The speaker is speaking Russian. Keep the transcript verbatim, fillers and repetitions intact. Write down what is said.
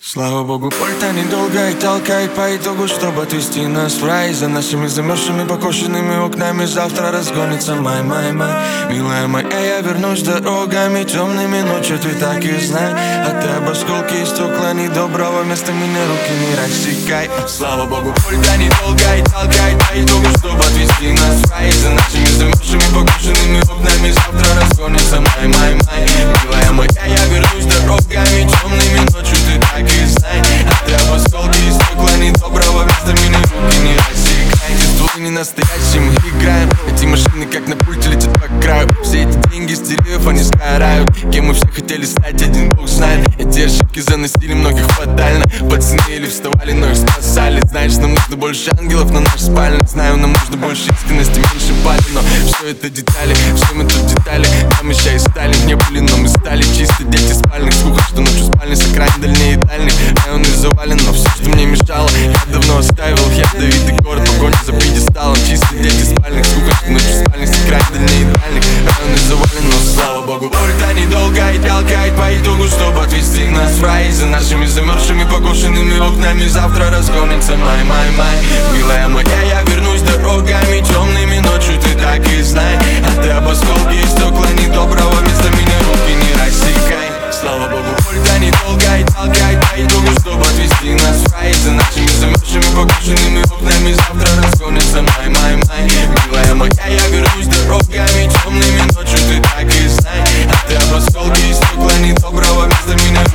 Слава богу, пульта недолго и толкает по итогу, чтобы отвести нас в рай. За нашими замерзшими покошенными окнами завтра разгонится май, май, май. Милая моя, я вернусь дорогами темными ночью, ты так и знай. А ты об осколки и стекла недоброго вместо меня руки не рассекай. Слава богу, пульта недолго и толкает по итогу, чтобы отвести нас в рай. За нашими замерзшими покошенными окнами завтра разгонится май, май, май. Милая моя, я вернусь дорогами темными ночью, ты так и знай. А ты об осколки и стекла недоброго вместо меня руки не рассекай. Чувствую не настоящий, мы играем. Эти машины как на пульте летят по краю. Все эти деньги стереев, они сгорают. Кем мы все хотели стать, один бог знает. Эти ошибки заносили многих фатально. Пацаны или вставали, но их спасали. Знаешь, нам нужно больше ангелов на наш спальник. Знаю, нам нужно больше искренности, меньше пали. Но все это детали, все мы тут детали. Там еще и стали, не были, но мы стали чисто дети спальных. Слухов, что ночью спальни с окраин дальнее дальних. Районы завален, но все, что мне мешало, я давно оставил. Ядовитый город, погоня за пьедесталом. Чисто дети спальных. Слухов, что ночью спальни с окраин дальнее дальних. Районы завален, но слава богу, пульта недолго и толкает по итогу, чтобы отвести нас в рай. За нашими замерзшими покошенными окнами завтра разгонится май, май, май. Милая моя, я вернусь дорогами темными ночью, ты так и знай. А ты об осколки и стекла недоброго вместо меня руки не рассекай. Слава богу, пульта недолго и толкает по итогу, чтобы отвести нас в рай. За нашими замерзшими покошенными окнами завтра разгонится май, май, май. Милая моя, я вернусь дорогами темными ночью, ты так и знай. А ты об осколки и стекла недоброго вместо меня